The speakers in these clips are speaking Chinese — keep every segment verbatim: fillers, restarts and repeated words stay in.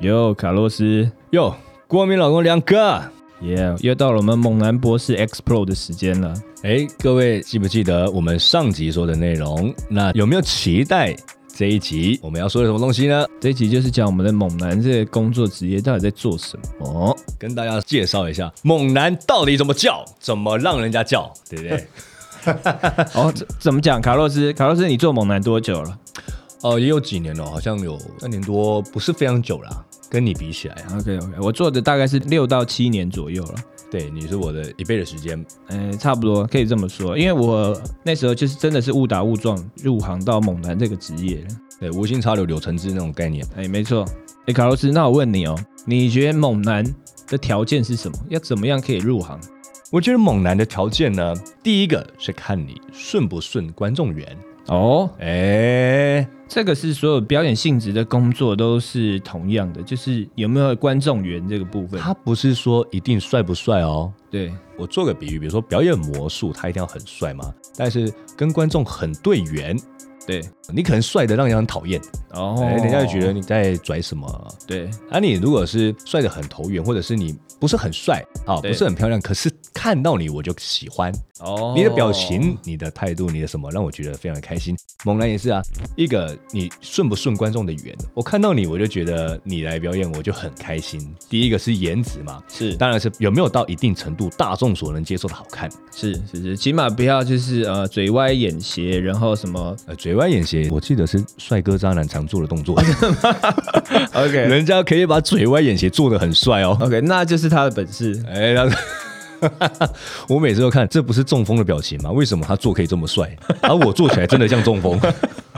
哟，卡洛斯， 哟，国民老公两个， 耶、yeah, 又到了我们猛男博士 X Pro 的时间了。 哎，各位记不记得我们上集说的内容？那有没有期待这一集我们要说的什么东西呢？ 这一集就是讲我们的猛男这个工作职业到底在做什么， 跟大家介绍一下猛男到底怎么叫，怎么让人家叫，对不对？ 哦，怎么讲？卡洛斯，卡洛斯，你做猛男多久了？ 哦，也有几年了，好像有三年多，不是非常久啦，跟你比起来啊。 OK OK， 我做的大概是六到七年左右了。 对，你是我的一倍的时间， 呃，差不多可以这么说，因为我那时候就是真的是误打误撞入行到猛男这个职业了。 对，无心插柳柳橙汁那种概念。 哎，没错。哎，卡洛斯，那我问你哦，你觉得猛男的条件是什么？要怎么样可以入行？ 我觉得猛男的条件呢，第一个是看你顺不顺观众缘。 哦， 哎， 这个是所有表演性质的工作都是同样的，就是有没有观众缘这个部分。 他不是说一定帅不帅哦。 对， 我做个比喻，比如说表演魔术，他一定要很帅嘛，但是跟观众很对缘。 对， 你可能帅的让人家很讨厌， 哦， 哎，人家就觉得你在拽什么。 对， 啊，你如果是帅的很投缘，或者是你不是很帅，好，不是很漂亮，可是看到你我就喜欢。哦，你的表情、你的态度、你的什么，让我觉得非常的开心。猛男也是啊，一个你顺不顺观众的缘，我看到你我就觉得你来表演我就很开心。第一个是颜值嘛， 是， 当然是有没有到一定程度大众所能接受的好看， 是是是，起码不要就是呃嘴歪眼斜，然后什么呃嘴歪眼斜，我记得是帅哥渣男常做的动作。 OK， 人家可以把嘴歪眼斜做得很帅哦。 OK， 那就是他的本事。 哎，那我每次都看，这不是中风的表情吗？为什么他做可以这么帅，而、啊、我做起来真的像中风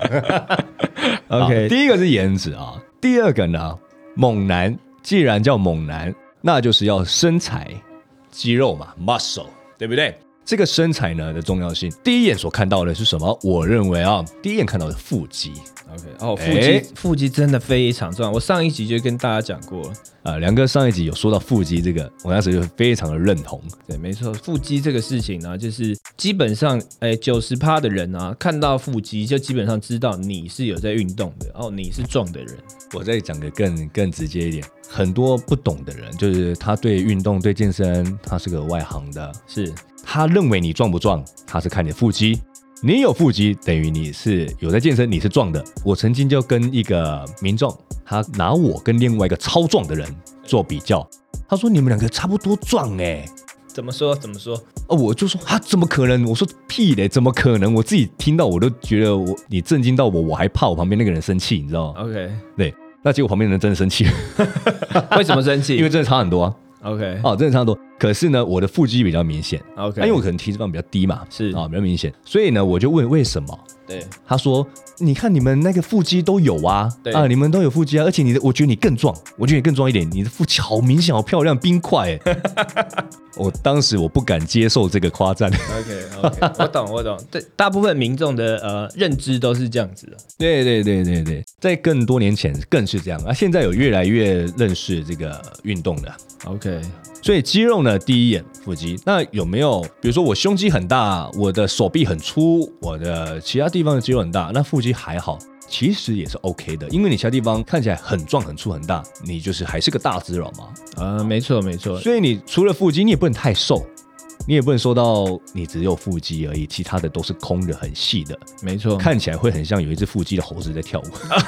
？OK， 第一个是颜值啊，第二个呢，猛男既然叫猛男，那就是要身材、肌肉嘛 ，muscle， 对不对？这个身材呢的重要性，第一眼所看到的是什么？我认为啊，第一眼看到的腹肌。 OK， 哦，腹肌、欸，腹肌真的非常重要。我上一集就跟大家讲过了啊，梁哥上一集有说到腹肌这个，我那时候就非常的认同。 对，没错，腹肌这个事情呢、啊，就是基本上，哎，九十趴的人啊，看到腹肌就基本上知道你是有在运动的，哦，你是壮的人。 我再讲个更更直接一点，很多不懂的人，就是他对运动、对健身，他是个外行的， 是他认为你壮不壮，他是看你的腹肌。你有腹肌等于你是有在健身，你是壮的。我曾经就跟一个民众，他拿我跟另外一个超壮的人做比较，他说你们两个差不多壮哎、欸， 怎么说怎么说？ 哦，我就说啊，怎么可能？我说屁嘞，怎么可能？我自己听到我都觉得我你震惊到我，我还怕我旁边那个人生气，你知道吗 ？OK， 对，那结果旁边的人真的生气， 为什么生气？ 因为真的差很多啊。 OK， 哦，真的差不多。可是呢，我的腹肌比较明显。 OK， 因为我可能体脂肪比较低嘛， 是啊、哦，比较明显。所以呢，我就问为什么？ 对， 他说：“你看你们那个腹肌都有啊，啊，你们都有腹肌啊，而且你的，我觉得你更壮，我觉得你更壮一点，你的腹肌好明显，好漂亮，冰块。”哎，我当时我不敢接受这个夸赞。 OK OK， 我懂我懂。对，大部分民众的呃认知都是这样子的。 对对对对对，在更多年前更是这样啊，现在有越来越认识这个运动的。 OK。 所以肌肉呢，第一眼腹肌，那有没有比如说我胸肌很大，我的手臂很粗，我的其他地方的肌肉很大，那腹肌还好，其实也是 OK 的，因为你其他地方看起来很壮很粗很大，你就是还是个大肌肉嘛。 呃，没错没错。 所以你除了腹肌，你也不能太瘦，你也不能瘦到你只有腹肌而已，其他的都是空的很细的， 没错， 看起来会很像有一只腹肌的猴子在跳舞。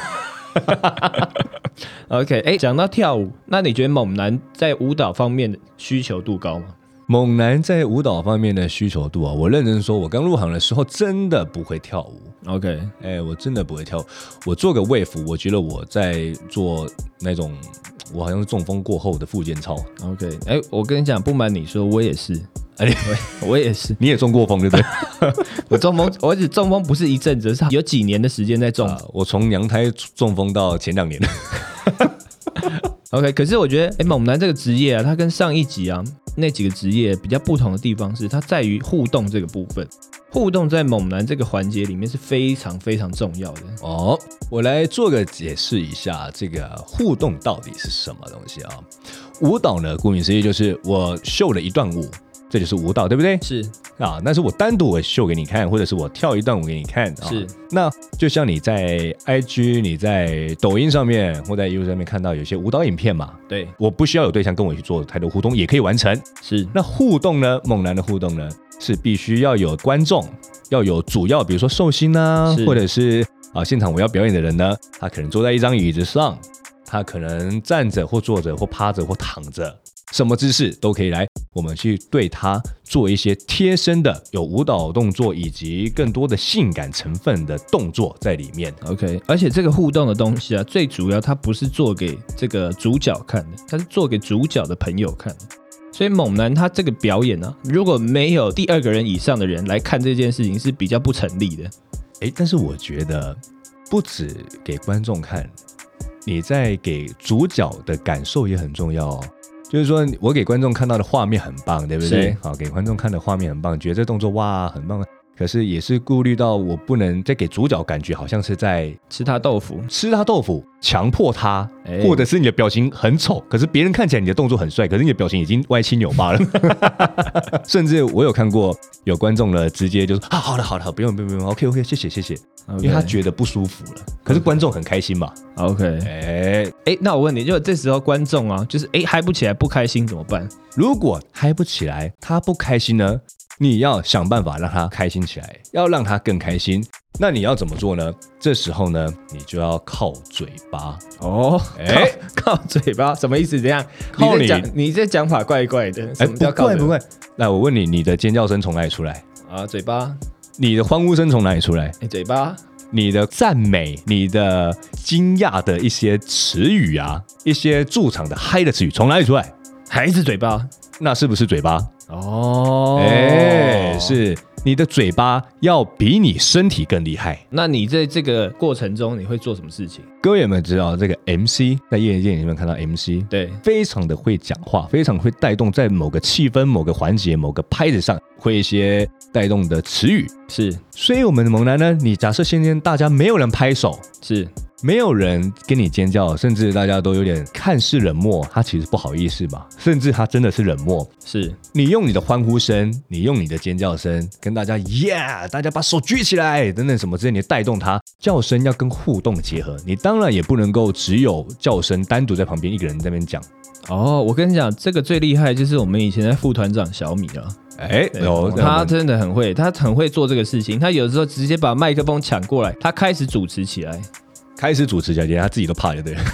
OK， 哎，讲到跳舞，那你觉得猛男在舞蹈方面的需求度高吗？ 猛男在舞蹈方面的需求度啊，我认真说，我刚入行的时候真的不会跳舞。 OK， 哎，我真的不会跳舞。我做个 wave， 我觉得我在做那种，我好像是中风过后的复健操。 OK， 哎，我跟你讲，不瞒你说，我也是。哎，我也是， 你也中过风对不对？ 我中风，我只中风不是一阵子，是有几年的时间在中、啊。 我从娘胎中风到前两年。 OK， 可是我觉得，哎，猛男这个职业啊，它跟上一集啊那几个职业比较不同的地方是，它在于互动这个部分。互动在猛男这个环节里面是非常非常重要的哦。我来做个解释一下，这个互动到底是什么东西啊？舞蹈呢，顾名思义就是我秀了一段舞。 这就是舞蹈，对不对？ 是啊，那是我单独我秀给你看，或者是我跳一段舞给你看。 是、 啊，那就像你在 I G、你在抖音上面或在 YouTube 上面看到有些舞蹈影片嘛， 对， 我不需要有对象跟我去做太多互动，也可以完成。 是， 那互动呢？猛男的互动呢，是必须要有观众，要有主要，比如说寿星啊，或者是啊现场我要表演的人呢，他可能坐在一张椅子上，他可能站着或坐着或趴着或躺着。什么姿势都可以来，我们去对它做一些贴身的有舞蹈动作以及更多的性感成分的动作在里面。 OK， 而且这个互动的东西啊，最主要它不是做给这个主角看的，它是做给主角的朋友看的。所以猛男他这个表演啊，如果没有第二个人以上的人来看这件事情是比较不成立的。 诶，但是我觉得不止给观众看，你在给主角的感受也很重要哦。就是说我给观众看到的画面很棒，对不对？好，给观众看的画面很棒，觉得这动作哇很棒，可是也是顾虑到我不能再给主角感觉好像是在吃他豆腐， 吃他豆腐，强迫他， 欸、 或者是你的表情很丑，可是别人看起来你的动作很帅，可是你的表情已经歪七扭八了。甚至我有看过有观众呢，直接就说啊，好了好了，不用不用不用 ，OK OK， 谢谢谢谢。Okay. 因为他觉得不舒服了，可是观众很开心嘛。 OK， 哎哎，那我问你，就这时候观众啊，就是哎嗨不起来，不开心怎么办？ 如果嗨不起来，他不开心呢，你要想办法让他开心起来，要让他更开心。那你要怎么做呢？这时候呢，你就要靠嘴巴哦。哎，靠嘴巴什么意思？怎样？靠你，你这讲法怪怪的。什么叫靠嘴巴？ 不怪不怪。来，我问你，你的尖叫声从哪里出来？ 啊，嘴巴。 你的欢呼声从哪里出来？ 欸、嘴巴。 你的赞美，你的惊讶的一些词语啊，一些驻场的嗨的词语从哪里出来？ 还是嘴巴？ 那是不是嘴巴？ 哦， 哎，是你的嘴巴要比你身体更厉害。 那你在这个过程中你会做什么事情？ 各位有没有知道这个 M C 在业界里面看到 M C 对， 非常的会讲话，非常会带动在某个气氛、某个环节、某个拍子上会一些带动的词语。 是， 所以我们的猛男呢，你假设今天大家没有人拍手， 是没有人跟你尖叫，甚至大家都有点看似冷漠，他其实不好意思嘛，甚至他真的是冷漠。 是你用你的欢呼声，你用你的尖叫声跟大家 yeah， 大家把手举起来等等什么之类，你带动他，叫声要跟互动结合。你当然也不能够只有叫声单独在旁边一个人在那边讲。 哦，我跟你讲，这个最厉害就是我们以前在副团长小米了。 哎，有他真的很会，他很会做这个事情。他有时候直接把麦克风抢过来，他开始主持起来。 开始主持起来，连他自己都怕，就对了。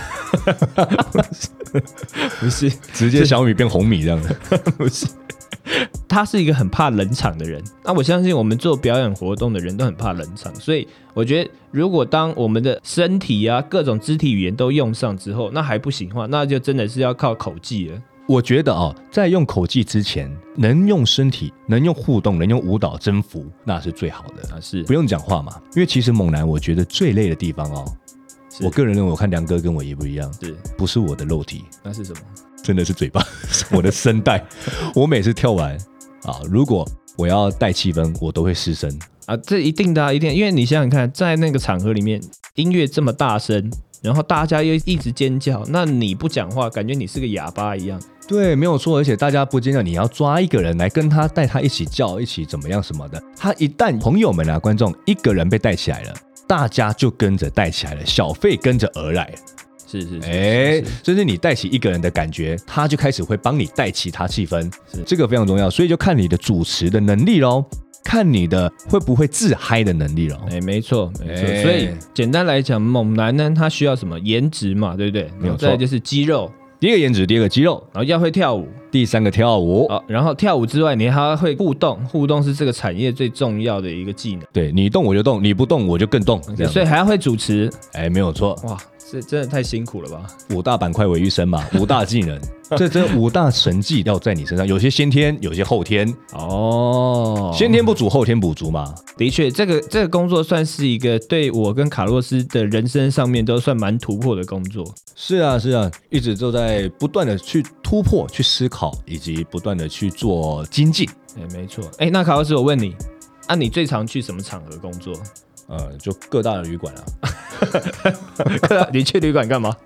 不是， 直接小米变红米这样的， 不是。他是一个很怕冷场的人，那我相信我们做表演活动的人都很怕冷场，所以我觉得如果当我们的身体啊各种肢体语言都用上之后，那还不行的话，那就真的是要靠口技了。 我觉得哦，在用口技之前，能用身体，能用互动，能用舞蹈征服，那是最好的啊，是不用讲话嘛。因为其实猛男，我觉得最累的地方哦，我个人认为，我看梁哥跟我也不一样， 是不是我的肉体？ 那是什么？ 真的是嘴巴，我的声带。我每次跳完啊，如果我要带气氛，我都会失声啊，这一定的、啊，一定的，因为你想想看，在那个场合里面，音乐这么大声，然后大家又一直尖叫，那你不讲话，感觉你是个哑巴一样。 对，没有错，而且大家不尖叫，你要抓一个人来跟他带他一起叫，一起怎么样什么的。他一旦朋友们啊，观众一个人被带起来了，大家就跟着带起来了，小费跟着而来。 是是是， 哎，就是你带起一个人的感觉，他就开始会帮你带其他气氛，这个非常重要，所以就看你的主持的能力咯，看你的会不会自嗨的能力咯。 哎，没错没错，所以简单来讲，猛男呢，他需要什么颜值嘛，对不对？ 没有错， 再来就是肌肉。 第一个颜值，第二个肌肉， 然后要会跳舞， 第三个跳舞、 哦、然后跳舞之外你还会互动，互动是这个产业最重要的一个技能。 对，你动我就动，你不动我就更动， 所以还要会主持。 哎，没有错。 哇，这真的太辛苦了吧？ 五大板块为一身嘛，五大技能，这这五大神技要在你身上，有些先天，有些后天。 哦， 先天不足，后天补足嘛。 的确，这个这个工作算是一个对我跟卡洛斯的人生上面都算蛮突破的工作。 是啊，是啊，一直都在不断的去突破、去思考，以及不断的去做精进。 哎，没错。哎，那卡洛斯，我问你，啊，你最常去什么场合工作？ 呃，就各大的旅馆啊。 你去旅馆干嘛？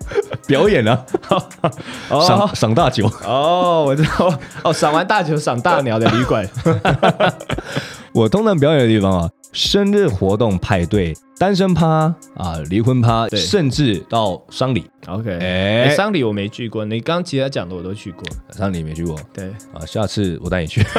表演啊，赏赏大酒哦，我知道哦，赏完大酒赏大鸟的旅馆。 我通常表演的地方啊，生日活动、派对、单身趴啊、离婚趴，甚至到丧礼。 OK， 哎、欸，丧礼我没去过，你刚刚其他讲的我都去过。 丧礼没去过， 对啊，下次我带你去。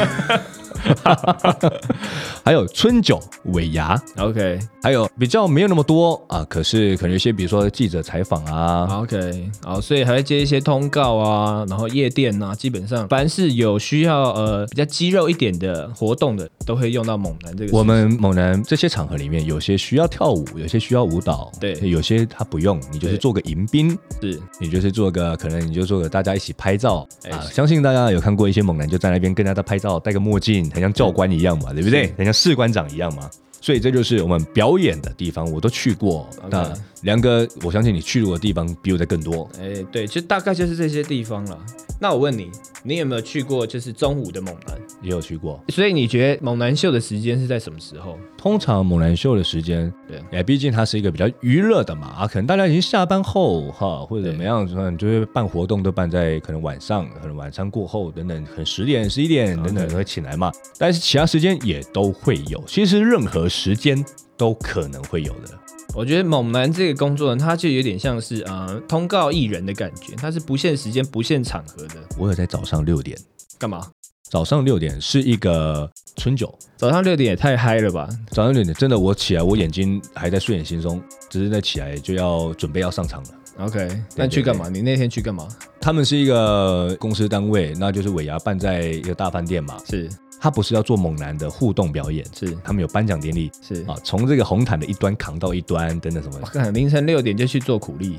还有春酒、尾牙 ，OK， 还有比较没有那么多啊，可是可能有些比如说记者采访啊 ，OK， 好，所以还会接一些通告啊，然后夜店啊，基本上凡是有需要呃比较肌肉一点的活动的，都会用到猛男这个。 我们猛男这些场合里面，有些需要跳舞，有些需要舞蹈， 对， 有些他不用，你就是做个迎宾， 是， 你就是做个可能你就做个大家一起拍照、欸、啊，相信大家有看过一些猛男就在那边跟大家拍照，戴个墨镜，很像教官一样嘛，对不对？很像士官长一样嘛。所以这就是我们表演的地方，我都去过。Okay. 那梁哥，我相信你去过的地方比我在更多。 哎、欸，对，就大概就是这些地方了。那我问你，你有没有去过就是中午的猛男？ 也有去过。 所以你觉得猛男秀的时间是在什么时候？ 通常猛男秀的时间，对，哎，毕竟它是一个比较娱乐的嘛，啊，可能大家已经下班后哈，或者怎么样，可能就会办活动都办在可能晚上，可能晚餐过后等等，可能十点、十一点等等会起来嘛。Okay. 但是其他时间也都会有，其实任何时间都可能会有的。 我觉得猛男这个工作呢，它就有点像是呃通告艺人的感觉，它是不限时间、不限场合的。 我有在早上六点干嘛？ 早上六点是一个春酒， 早上六点也太嗨了吧！ 早上六点真的，我起来我眼睛还在睡眼惺忪，只是在起来就要准备要上场了。 OK， 那去干嘛？你那天去干嘛？ 他们是一个公司单位，那就是尾牙办在一个大饭店嘛。 是。 他不是要做猛男的互动表演， 是他们有颁奖典礼， 是啊，从这个红毯的一端扛到一端等等什么的。 我看凌晨六点就去做苦力，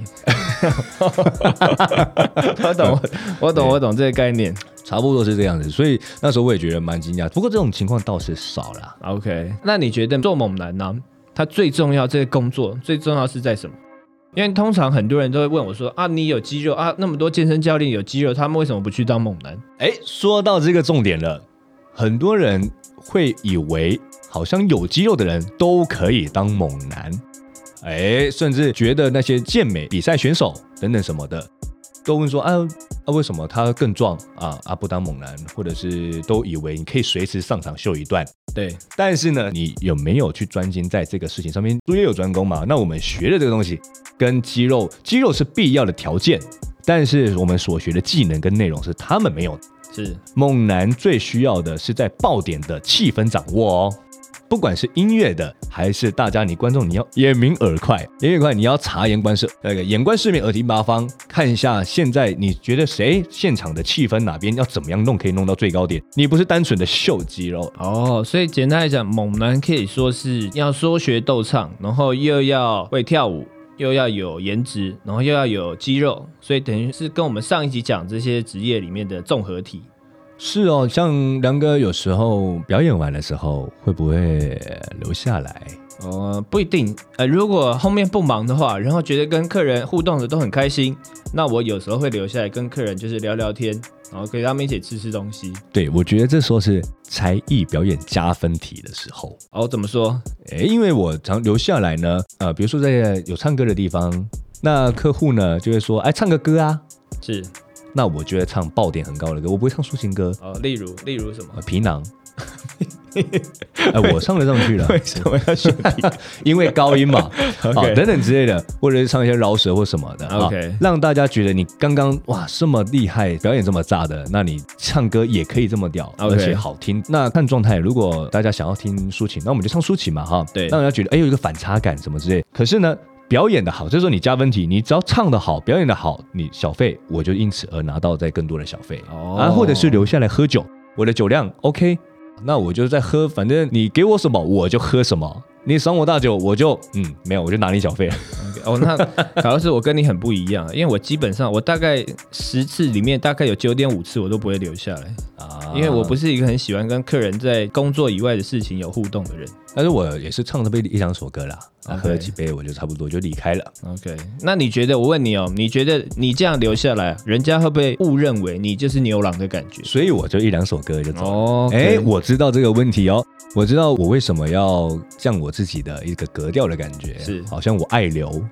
我懂，我懂，我懂这个概念， 差不多是这样子。所以那时候我也觉得蛮惊讶，不过这种情况倒是少了。 OK， 那你觉得做猛男呢、啊？他最重要这个工作最重要是在什么？因为通常很多人都会问我说啊，你有肌肉啊，那么多健身教练有肌肉，他们为什么不去当猛男？ 哎，说到这个重点了。很多人会以为好像有肌肉的人都可以当猛男，哎，甚至觉得那些健美比赛选手等等什么的，都问说啊啊为什么他更壮啊啊不当猛男，或者是都以为你可以随时上场秀一段。 对， 但是呢，你有没有去专精在这个事情上面？术业有专攻嘛，那我们学的这个东西跟肌肉，肌肉是必要的条件，但是我们所学的技能跟内容是他们没有的。 是猛男最需要的是在爆点的气氛掌握哦，不管是音乐的还是大家你观众你要眼明耳快，眼明耳快你要察言观色，那个眼观四面耳听八方，看一下现在你觉得谁现场的气氛哪边要怎么样弄可以弄到最高点，你不是单纯的秀肌肉哦。所以简单来讲，猛男可以说是要说学逗唱，然后又要会跳舞，又要有颜值，然后又要有肌肉，所以等于是跟我们上一集讲这些职业里面的综合体。 是哦，像梁哥有时候表演完的时候会不会留下来？ 呃，不一定。呃，如果后面不忙的话，然后觉得跟客人互动的都很开心，那我有时候会留下来跟客人就是聊聊天，然后跟他们一起吃吃东西。 对，我觉得这时候是才艺表演加分题的时候。 哦，怎么说？ 诶，因为我常留下来呢，呃，比如说在有唱歌的地方，那客户呢就会说，哎，唱个歌啊。 是。 那我就会唱爆点很高的歌，我不会唱抒情歌。 哦，例如，例如什么？ 呃、皮囊。哎，我唱得上去了。 为什么要选皮？ 因为高音嘛， okay. 啊，等等之类的，或者是唱一些饶舌或什么的 ，OK，、 啊、让大家觉得你刚刚哇这么厉害，表演这么炸的，那你唱歌也可以这么屌， okay. 而且好听。那看状态，如果大家想要听抒情，那我们就唱抒情嘛，哈， 对， 让人家觉得哎有一个反差感什么之类。可是呢，表演的好，这时候你加分题，你只要唱的好，表演的好，你小费我就因此而拿到再更多的小费、哦、啊，或者是留下来喝酒，我的酒量 OK。那我就在喝，反正你给我什么我就喝什么，你赏我大酒我就嗯没有，我就拿你小费了。 Okay. 哦，那卡洛斯我跟你很不一样，因为我基本上我大概十次里面大概有九点五次我都不会留下来啊，因为我不是一个很喜欢跟客人在工作以外的事情有互动的人。 但是我也是唱了一两首歌啦， okay. 喝了几杯我就差不多就离开了。 OK， 那你觉得我问你哦，你觉得你这样留下来，人家会不会误认为你就是牛郎的感觉？ 所以我就一两首歌就走了。 哦， 哎、okay. 我知道这个问题哦，我知道我为什么要降我自己的一个格调的感觉， 是好像我爱留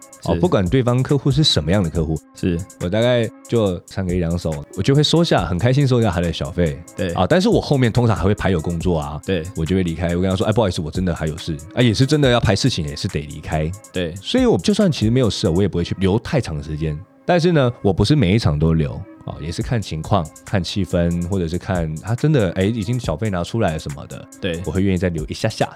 哦，不管对方客户是什么样的客户， 是我大概就唱个一两首，我就会收下，很开心收下他的小费。 对啊，但是我后面通常还会排有工作啊， 对， 我就会离开。我跟他说，哎，不好意思，我真的还有事啊，也是真的要排事情，也是得离开。 对， 所以我就算其实没有事，我也不会去留太长的时间。但是呢，我不是每一场都留啊，也是看情况、看气氛，或者是看他真的哎已经小费拿出来了什么的， 对， 我会愿意再留一下下。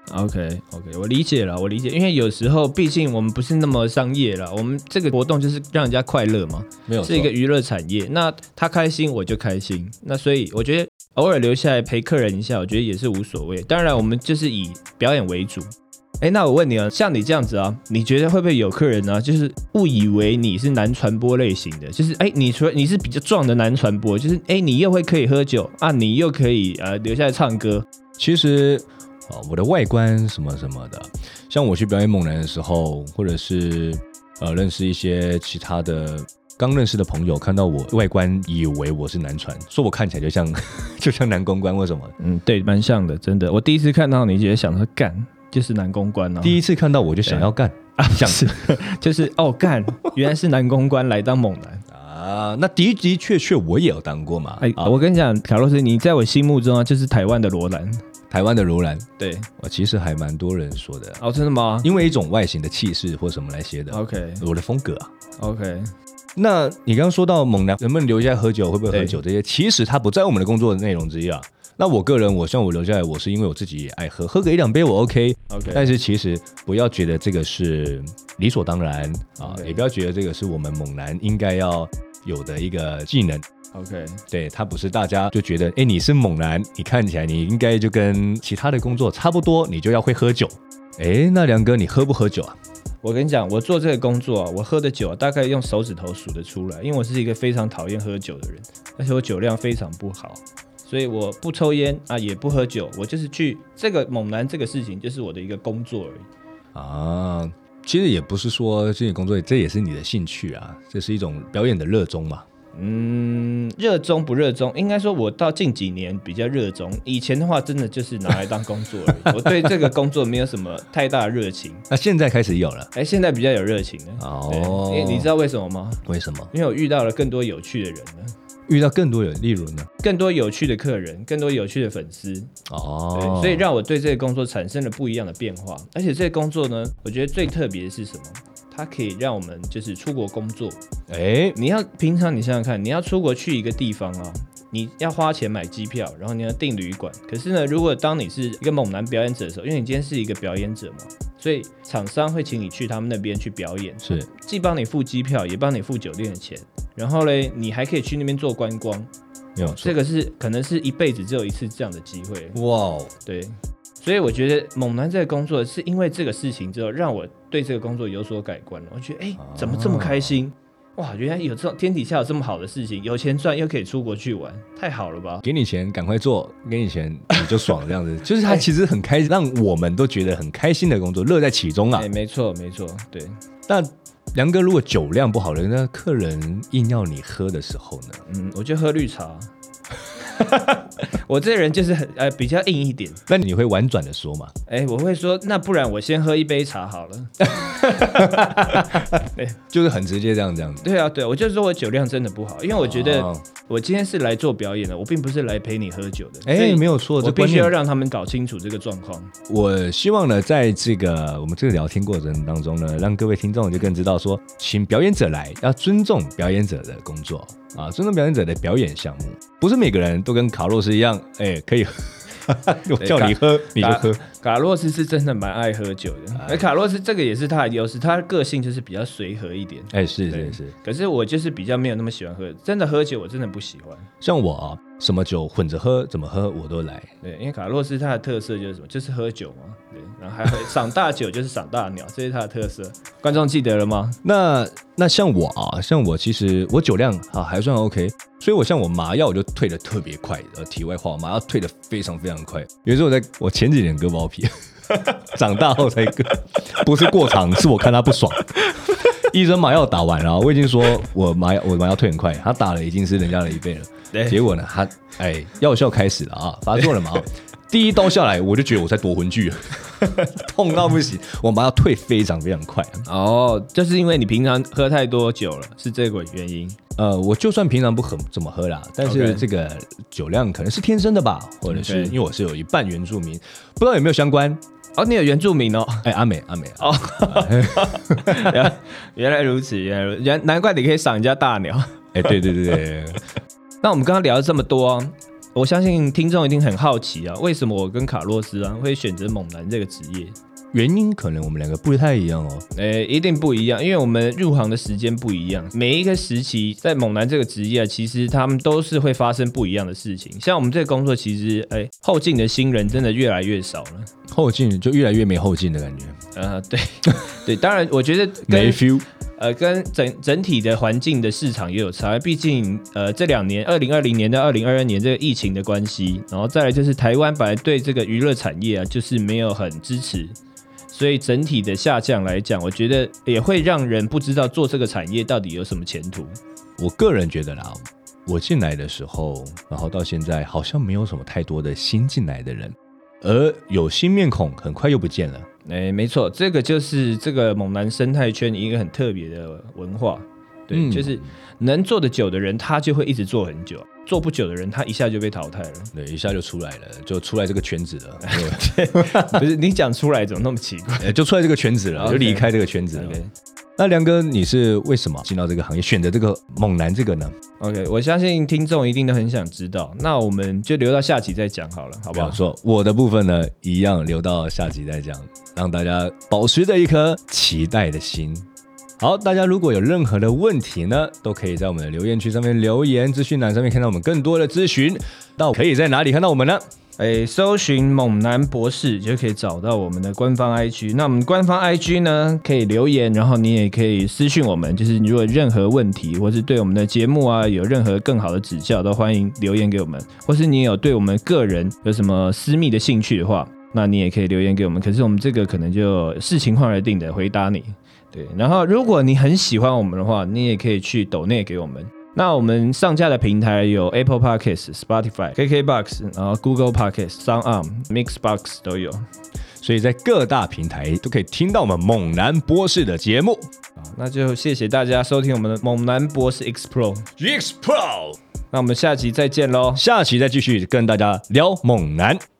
OK OK， 我理解了，我理解，因为有时候毕竟我们不是那么商业啦，我们这个活动就是让人家快乐嘛， 没有错， 是一个娱乐产业，那他开心我就开心，那所以我觉得偶尔留下来陪客人一下，我觉得也是无所谓。当然我们就是以表演为主。哎，那我问你啊，像你这样子啊，你觉得会不会有客人呢、啊，就是误以为你是男传播类型的，就是哎，你说你是比较壮的男传播，就是哎，你又会可以喝酒啊，你又可以呃留下来唱歌。 其实哦，我的外观什么什么的，像我去表演猛男的时候，或者是呃认识一些其他的刚认识的朋友，看到我外观以为我是男传，说我看起来就像就像男公关或什么。 嗯，对，蛮像的，真的。我第一次看到你，觉得想说干。就是男公关哦， 第一次看到我就想要干啊，想是就是哦干，原来是男公关来当猛男啊，那的的确确我也有当过嘛。 哎、 啊， 我跟你讲，卡洛斯，你在我心目中啊，就是台湾的罗兰， 台湾的罗兰， 对， 我其实还蛮多人说的。 哦，真的吗？ 因为一种外形的气势或什么来写的。 OK， 我的风格啊。 OK， 那你刚刚说到猛男能不能留下来喝酒，会不会喝酒这些，其实它不在我们的工作的内容之一啊。那我个人，我像我留下来，我是因为我自己也爱喝，喝个一两杯我 OK。 OK， 但是其实不要觉得这个是理所当然啊， okay. 也不要觉得这个是我们猛男应该要有的一个技能。 OK， 对，它不是大家就觉得，哎，你是猛男，你看起来你应该就跟其他的工作差不多，你就要会喝酒。哎，那梁哥，你喝不喝酒啊？ 我跟你讲，我做这个工作啊，我喝的酒、啊、大概用手指头数得出来，因为我是一个非常讨厌喝酒的人，而且我酒量非常不好。所以我不抽烟啊，也不喝酒，我就是去这个猛男这个事情，就是我的一个工作而已啊。其实也不是说这些工作，这也是你的兴趣啊，这是一种表演的热衷嘛。 嗯，热衷不热衷，应该说我到近几年比较热衷，以前的话真的就是拿来当工作而已。我对这个工作没有什么太大的热情。 那现在开始有了， 哎，现在比较有热情了。哦，因为你知道为什么吗？ 为什么？ 因为我遇到了更多有趣的人了。 遇到更多有，例如呢， 更多有趣的客人，更多有趣的粉丝哦， 对，所以让我对这个工作产生了不一样的变化。而且这个工作呢，我觉得最特别的是什么？它可以让我们就是出国工作。哎，你要平常你想想看，你要出国去一个地方啊，你要花钱买机票，然后你要订旅馆。可是呢，如果当你是一个猛男表演者的时候，因为你今天是一个表演者嘛，所以厂商会请你去他们那边去表演， 是既帮你付机票，也帮你付酒店的钱。然后嘞，你还可以去那边做观光， 没有错， 这个是可能是一辈子只有一次这样的机会。 哇哦， 对，所以我觉得猛男这个工作是因为这个事情之后，让我对这个工作有所改观了。我觉得，哎，怎么这么开心？哇，原来有这种天底下有这么好的事情，有钱赚又可以出国去玩，太好了吧？ 给你钱赶快做，给你钱你就爽，这样子，就是他其实很开心，让我们都觉得很开心的工作，乐在其中啊。 哎，没错没错，对。 那梁哥，如果酒量不好的，那客人硬要你喝的时候呢？ 嗯，我就喝绿茶。我这人就是很呃比较硬一点。 那你会婉转的说吗？ 哎，我会说，那不然我先喝一杯茶好了。 就是很直接这样这样子。 对啊，对啊，我就是说我酒量真的不好，因为我觉得我今天是来做表演的，我并不是来陪你喝酒的。 哎，没有错， 我必须要让他们搞清楚这个状况。 我希望呢，在这个我们这个聊天过程当中呢，让各位听众就更知道说，请表演者来要尊重表演者的工作啊，尊重表演者的表演项目，不是每个人都跟卡洛斯一样，哎，可以。我叫你喝你就喝。 卡洛斯是真的蛮爱喝酒的，而卡洛斯这个也是他的优势，他的个性就是比较随和一点。 哎，是是是。 可是我就是比较没有那么喜欢喝，真的喝酒我真的不喜欢。 像我啊，什么酒混着喝，怎么喝我都来。 对，因为卡洛斯他的特色就是什么，就是喝酒嘛。对，然后还会赏大酒，就是赏大鸟，这是他的特色。观众记得了吗？ 那那像我啊，像我其实我酒量啊还算 OK， 所以我像我麻药我就退得特别快。呃，题外话，麻药退得非常非常快。有时候我在我前几年割包皮。长大后才割，不是过长，是我看他不爽。医生麻药打完了，我已经说我麻药我麻药退很快，他打了已经是人家的一倍了。结果呢，他哎药效开始了啊，发作了嘛。 第一刀下来，我就觉得我在夺魂锯了，痛到不行，我马上退非常非常快。 哦，就是因为你平常喝太多酒了，是这个原因。 呃，我就算平常不很怎么喝啦，但是这个酒量可能是天生的吧，或者是因为我是有一半原住民，不知道有没有相关。 哦，你有原住民哦？ 哎，阿美，阿美哦，原来如此，原来如此，原难怪你可以赏人家大鸟。 哎，对对对对。 那我们刚刚聊了这么多、啊，我相信听众一定很好奇啊，为什么我跟卡洛斯啊会选择猛男这个职业？ 原因可能我们两个不太一样哦。 诶，一定不一样，因为我们入行的时间不一样。每一个时期在猛男这个职业、啊，其实他们都是会发生不一样的事情。像我们这个工作，其实诶后进的新人真的越来越少了， 后进就越来越没后进的感觉。 呃，对对，当然我觉得没 feel。 呃，跟整整体的环境的市场也有差，毕竟呃这两年，二零二零年到二零二二年这个疫情的关系，然后再来就是台湾本来对这个娱乐产业啊，就是没有很支持，所以整体的下降来讲，我觉得也会让人不知道做这个产业到底有什么前途。 我个人觉得啦，我进来的时候，然后到现在好像没有什么太多的新进来的人，而有新面孔很快又不见了。 哎，没错，这个就是这个猛男生态圈一个很特别的文化，对、嗯，就是能做得久的人，他就会一直做很久；做不久的人，他一下就被淘汰了， 对，一下就出来了，就出来这个圈子了。 不是你讲出来怎么那么奇怪？ 就出来这个圈子了， okay, 就离开这个圈子了。Okay. 那梁哥，你是为什么进到这个行业，选择这个猛男这个呢 ？OK， 我相信听众一定都很想知道，那我们就留到下集再讲好了，好不好？ 没错，我的部分呢，一样留到下集再讲，让大家保持着一颗期待的心。好，大家如果有任何的问题呢，都可以在我们的留言区上面留言，资讯栏上面看到我们更多的资讯。到可以在哪里看到我们呢？ 哎，搜寻猛男博士就可以找到我们的官方 I G。那我们官方 I G 呢，可以留言，然后你也可以私讯我们。就是你如果有任何问题，或是对我们的节目啊有任何更好的指教，都欢迎留言给我们。或是你有对我们个人有什么私密的兴趣的话，那你也可以留言给我们。可是我们这个可能就视情况而定的回答你。对，然后如果你很喜欢我们的话，你也可以去抖内给我们。那我们上架的平台有 Apple Podcast、Spotify、K K Box， 然后 Google Podcast、SoundOn、Mixbox 都有， 所以在各大平台都可以听到我们猛男博士的节目。 那就谢谢大家收听我们的猛男博士 Explore。 Explore， 那我们下期再见咯， 下期再继续跟大家聊猛男。